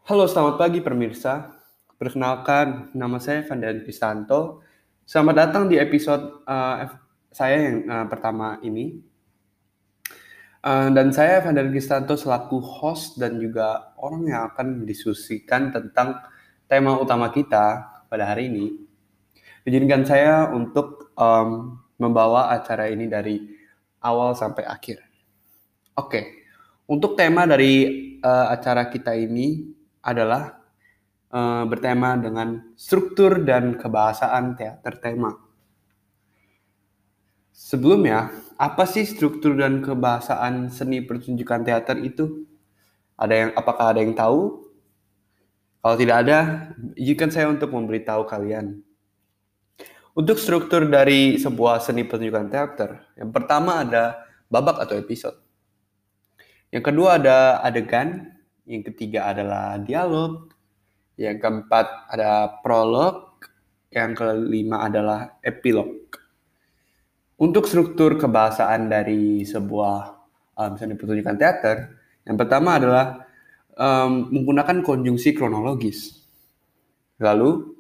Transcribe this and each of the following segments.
Halo, selamat pagi pemirsa. Perkenalkan, nama saya Vandan Kristanto. Selamat datang di episode saya yang pertama ini. Dan saya Vandan Kristanto selaku host dan juga orang yang akan mendiskusikan tentang tema utama kita pada hari ini. Izinkan saya untuk membawa acara ini dari awal sampai akhir. Oke, untuk tema dari acara kita ini adalah bertema dengan struktur dan kebahasaan teater tema. Sebelumnya, apa sih struktur dan kebahasaan seni pertunjukan teater itu? Apakah ada yang tahu? Kalau tidak ada, izinkan saya untuk memberitahu kalian. Untuk struktur dari sebuah seni pertunjukan teater, yang pertama ada babak atau episode. Yang kedua ada adegan, yang ketiga adalah dialog, yang keempat ada prolog, yang kelima adalah epilog. Untuk struktur kebahasaan dari sebuah seni pertunjukan teater, yang pertama adalah menggunakan konjungsi kronologis. Lalu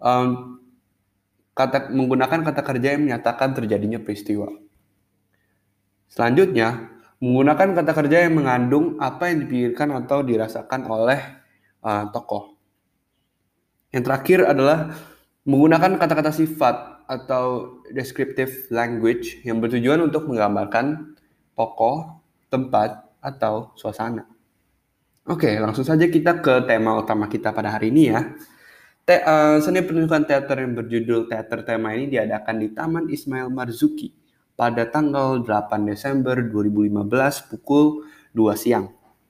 menggunakan kata kerja yang menyatakan terjadinya peristiwa. Selanjutnya, menggunakan kata kerja yang mengandung apa yang dipikirkan atau dirasakan oleh tokoh. Yang terakhir adalah menggunakan kata-kata sifat atau descriptive language yang bertujuan untuk menggambarkan tokoh, tempat, atau suasana. Oke, langsung saja kita ke tema utama kita pada hari ini ya. Seni pertunjukan teater yang berjudul Teater Tema ini diadakan di Taman Ismail Marzuki pada tanggal 8 Desember 2015 pukul 2 siang.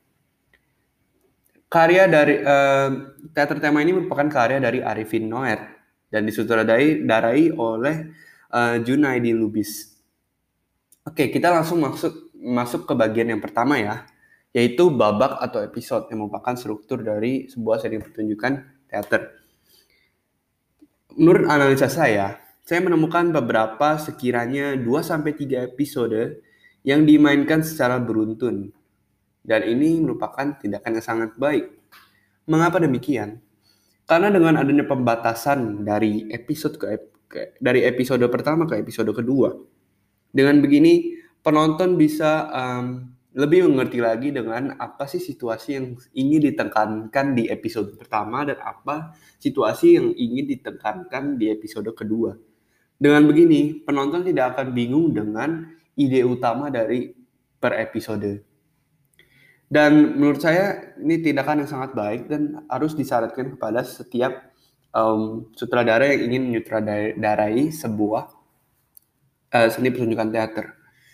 Teater Tema ini merupakan karya dari Arifin Noer dan disutradarai oleh Junaidi Lubis. Oke, kita langsung masuk ke bagian yang pertama ya, yaitu babak atau episode yang merupakan struktur dari sebuah seni pertunjukan teater. Menurut analisa saya menemukan beberapa sekiranya 2-3 episode yang dimainkan secara beruntun. Dan ini merupakan tindakan yang sangat baik. Mengapa demikian? Karena dengan adanya pembatasan dari dari episode pertama ke episode kedua, dengan begini penonton bisa lebih mengerti lagi dengan apa sih situasi yang ingin ditekankan di episode pertama dan apa situasi yang ingin ditekankan di episode kedua. Dengan begini, penonton tidak akan bingung dengan ide utama dari per episode. Dan menurut saya ini tindakan yang sangat baik dan harus disyaratkan kepada setiap sutradara yang ingin menyutradarai sebuah seni pertunjukan teater.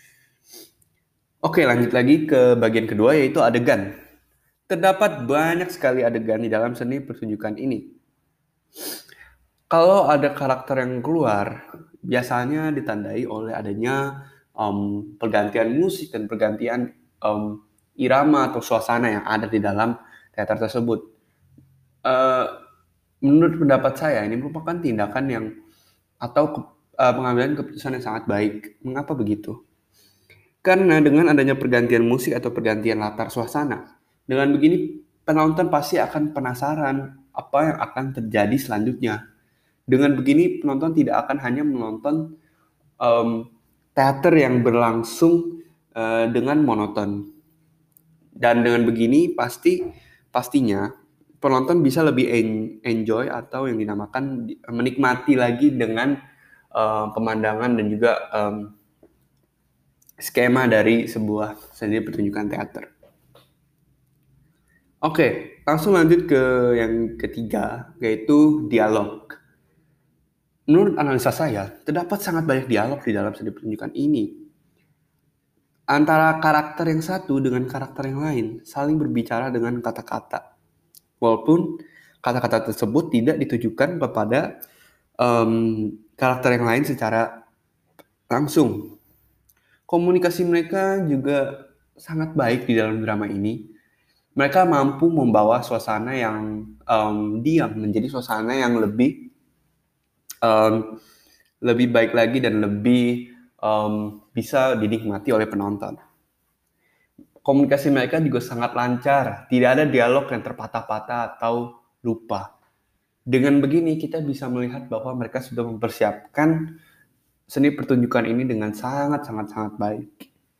Oke, lanjut lagi ke bagian kedua yaitu adegan. Terdapat banyak sekali adegan di dalam seni pertunjukan ini. Kalau ada karakter yang keluar, biasanya ditandai oleh adanya pergantian musik dan pergantian irama atau suasana yang ada di dalam teater tersebut. Menurut pendapat saya ini merupakan tindakan yang atau pengambilan keputusan yang sangat baik. Mengapa begitu? Karena dengan adanya pergantian musik atau pergantian latar suasana, dengan begini penonton pasti akan penasaran apa yang akan terjadi selanjutnya. Dengan begini penonton tidak akan hanya menonton teater yang berlangsung dengan monoton. Dan dengan begini pastinya penonton bisa lebih enjoy atau yang dinamakan menikmati lagi dengan pemandangan dan juga skema dari sebuah seni pertunjukan teater. Oke, langsung lanjut ke yang ketiga, yaitu dialog. Menurut analisa saya, terdapat sangat banyak dialog di dalam seni pertunjukan ini. Antara karakter yang satu dengan karakter yang lain, saling berbicara dengan kata-kata. Walaupun kata-kata tersebut tidak ditujukan kepada karakter yang lain secara langsung. Komunikasi mereka juga sangat baik di dalam drama ini. Mereka mampu membawa suasana yang diam menjadi suasana yang lebih baik lagi dan lebih bisa dinikmati oleh penonton. Komunikasi mereka juga sangat lancar, tidak ada dialog yang terpatah-patah atau lupa. Dengan begini kita bisa melihat bahwa mereka sudah mempersiapkan seni pertunjukan ini dengan sangat baik.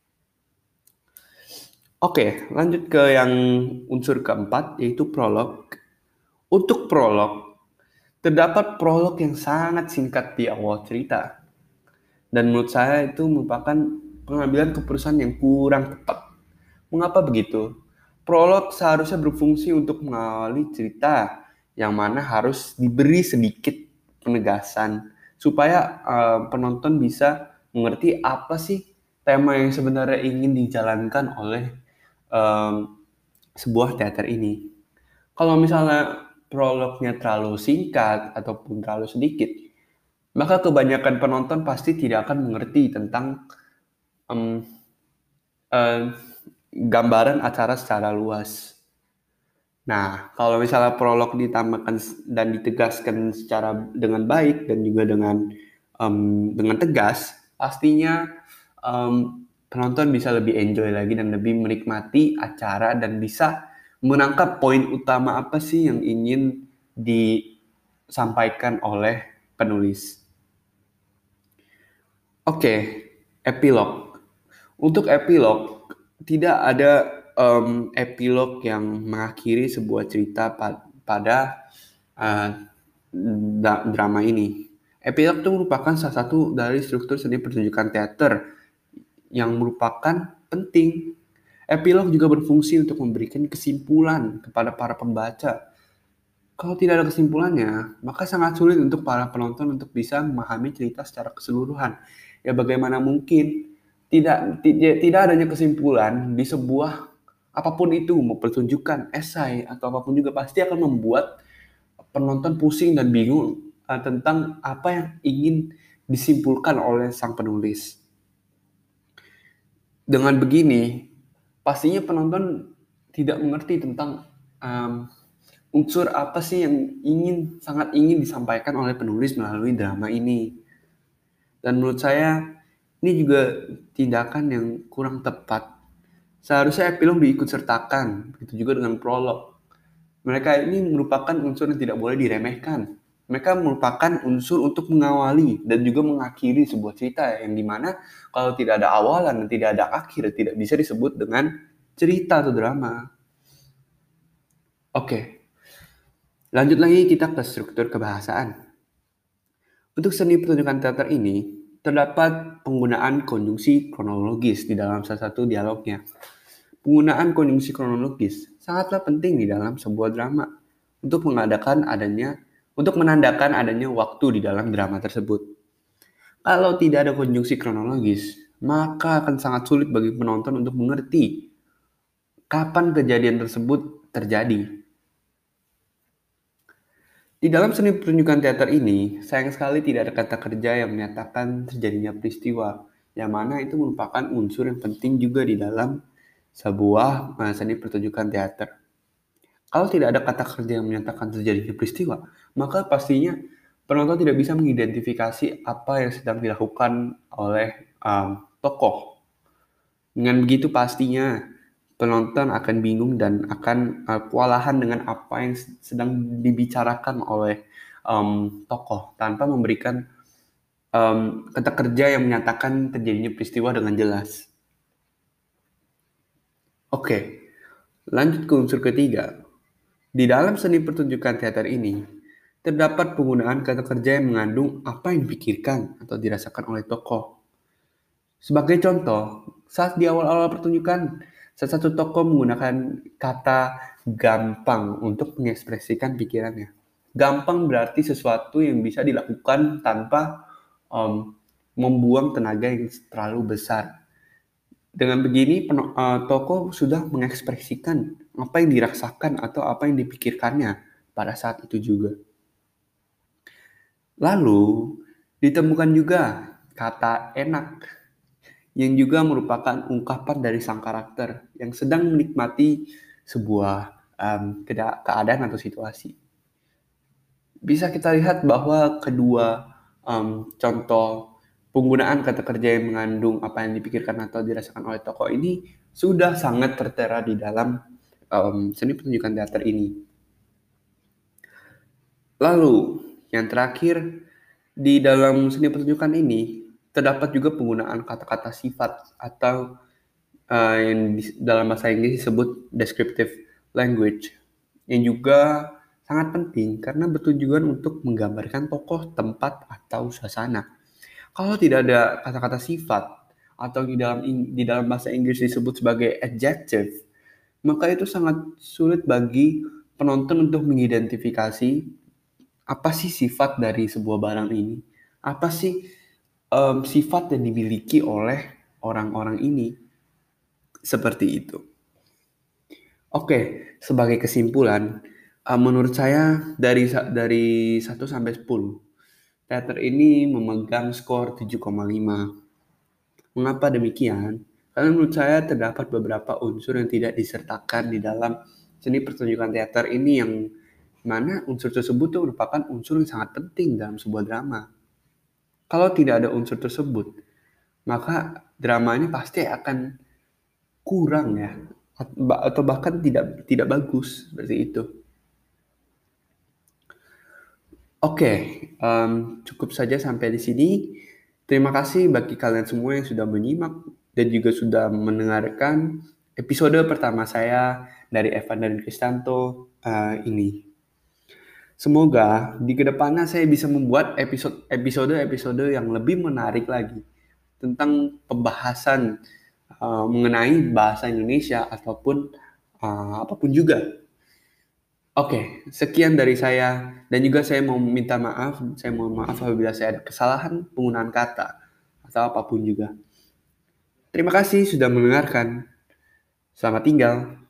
Oke, lanjut ke yang unsur keempat, yaitu prolog. Untuk prolog, terdapat prolog yang sangat singkat di awal cerita. Dan menurut saya itu merupakan pengambilan keputusan yang kurang tepat. Mengapa begitu? Prolog seharusnya berfungsi untuk mengawali cerita, yang mana harus diberi sedikit penegasan supaya penonton bisa mengerti apa sih tema yang sebenarnya ingin dijalankan oleh sebuah teater ini. Kalau misalnya prolognya terlalu singkat ataupun terlalu sedikit, maka kebanyakan penonton pasti tidak akan mengerti tentang gambaran acara secara luas. Nah, kalau misalnya prolog ditambahkan dan ditegaskan secara dengan baik dan juga dengan tegas, pastinya penonton bisa lebih enjoy lagi dan lebih menikmati acara dan bisa menangkap poin utama apa sih yang ingin disampaikan oleh penulis. Oke, epilog. Untuk epilog, tidak ada epilog yang mengakhiri sebuah cerita pada drama ini. Epilog itu merupakan salah satu dari struktur seni pertunjukan teater yang merupakan penting. Epilog juga berfungsi untuk memberikan kesimpulan kepada para pembaca. Kalau tidak ada kesimpulannya, maka sangat sulit untuk para penonton untuk bisa memahami cerita secara keseluruhan. Ya bagaimana mungkin tidak adanya kesimpulan di sebuah apapun itu, mau pertunjukan, esai atau apapun juga pasti akan membuat penonton pusing dan bingung tentang apa yang ingin disimpulkan oleh sang penulis. Dengan begini, pastinya penonton tidak mengerti tentang unsur apa sih yang sangat ingin disampaikan oleh penulis melalui drama ini. Dan menurut saya ini juga tindakan yang kurang tepat. Seharusnya epilog diikut sertakan, begitu juga dengan prolog. Mereka ini merupakan unsur yang tidak boleh diremehkan. Mereka merupakan unsur untuk mengawali dan juga mengakhiri sebuah cerita yang dimana kalau tidak ada awalan dan tidak ada akhir tidak bisa disebut dengan cerita atau drama. Oke, lanjut lagi kita ke struktur kebahasaan. Untuk seni pertunjukan teater ini terdapat penggunaan konjungsi kronologis di dalam salah satu dialognya. Penggunaan konjungsi kronologis sangatlah penting di dalam sebuah drama untuk menandakan adanya waktu di dalam drama tersebut. Kalau tidak ada konjungsi kronologis, maka akan sangat sulit bagi penonton untuk mengerti kapan kejadian tersebut terjadi. Di dalam seni pertunjukan teater ini, sayang sekali tidak ada kata kerja yang menyatakan terjadinya peristiwa, yang mana itu merupakan unsur yang penting juga di dalam sebuah seni pertunjukan teater. Kalau tidak ada kata kerja yang menyatakan terjadinya peristiwa, maka pastinya penonton tidak bisa mengidentifikasi apa yang sedang dilakukan oleh tokoh. Dengan begitu pastinya penonton akan bingung dan akan kewalahan dengan apa yang sedang dibicarakan oleh tokoh tanpa memberikan kata kerja yang menyatakan terjadinya peristiwa dengan jelas. Oke, lanjut ke unsur ketiga. Di dalam seni pertunjukan teater ini, terdapat penggunaan kata kerja yang mengandung apa yang dipikirkan atau dirasakan oleh tokoh. Sebagai contoh, saat di awal-awal pertunjukan, salah satu tokoh menggunakan kata gampang untuk mengekspresikan pikirannya. Gampang berarti sesuatu yang bisa dilakukan tanpa membuang tenaga yang terlalu besar. Dengan begini, tokoh sudah mengekspresikan apa yang dirasakan atau apa yang dipikirkannya pada saat itu juga. Lalu, ditemukan juga kata enak, yang juga merupakan ungkapan dari sang karakter yang sedang menikmati sebuah keadaan atau situasi. Bisa kita lihat bahwa kedua contoh penggunaan kata kerja yang mengandung apa yang dipikirkan atau dirasakan oleh tokoh ini sudah sangat tertera di dalam seni pertunjukan teater ini. Lalu, yang terakhir, di dalam seni pertunjukan ini terdapat juga penggunaan kata-kata sifat atau yang dalam bahasa Inggris disebut descriptive language, yang juga sangat penting karena bertujuan untuk menggambarkan tokoh, tempat, atau suasana. Kalau tidak ada kata-kata sifat atau di dalam bahasa Inggris disebut sebagai adjective, maka itu sangat sulit bagi penonton untuk mengidentifikasi apa sih sifat dari sebuah barang ini, apa sih sifat yang dimiliki oleh orang-orang ini, seperti itu. Oke, sebagai kesimpulan, menurut saya dari 1 sampai 10, teater ini memegang skor 7,5. Mengapa demikian? Karena menurut saya terdapat beberapa unsur yang tidak disertakan di dalam seni pertunjukan teater ini, yang mana unsur tersebut tuh merupakan unsur yang sangat penting dalam sebuah drama. Kalau tidak ada unsur tersebut, maka drama ini pasti akan kurang ya, atau bahkan tidak bagus seperti itu. Oke, cukup saja sampai di sini. Terima kasih bagi kalian semua yang sudah menyimak dan juga sudah mendengarkan episode pertama saya dari Evan dan Kristanto ini. Semoga di kedepannya saya bisa membuat episode yang lebih menarik lagi tentang pembahasan mengenai bahasa Indonesia ataupun apapun juga. Oke, sekian dari saya, dan juga saya mau minta maaf, saya mohon maaf apabila saya ada kesalahan penggunaan kata atau apapun juga. Terima kasih sudah mendengarkan. Selamat tinggal.